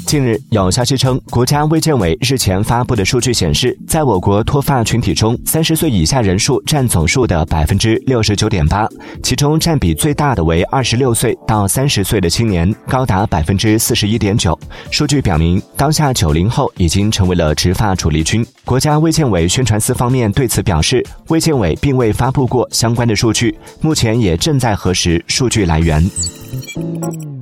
近日，有消息称，国家卫健委日前发布的数据显示，在我国脱发群体中，30岁以下人数占总数的 69.8%， 其中占比最大的为26岁到30岁的青年，高达 41.9%。数据表明，当下90后已经成为了植发主力军。国家卫健委宣传司方面对此表示，卫健委并未发布过相关的数据，目前也正在核实数据来源。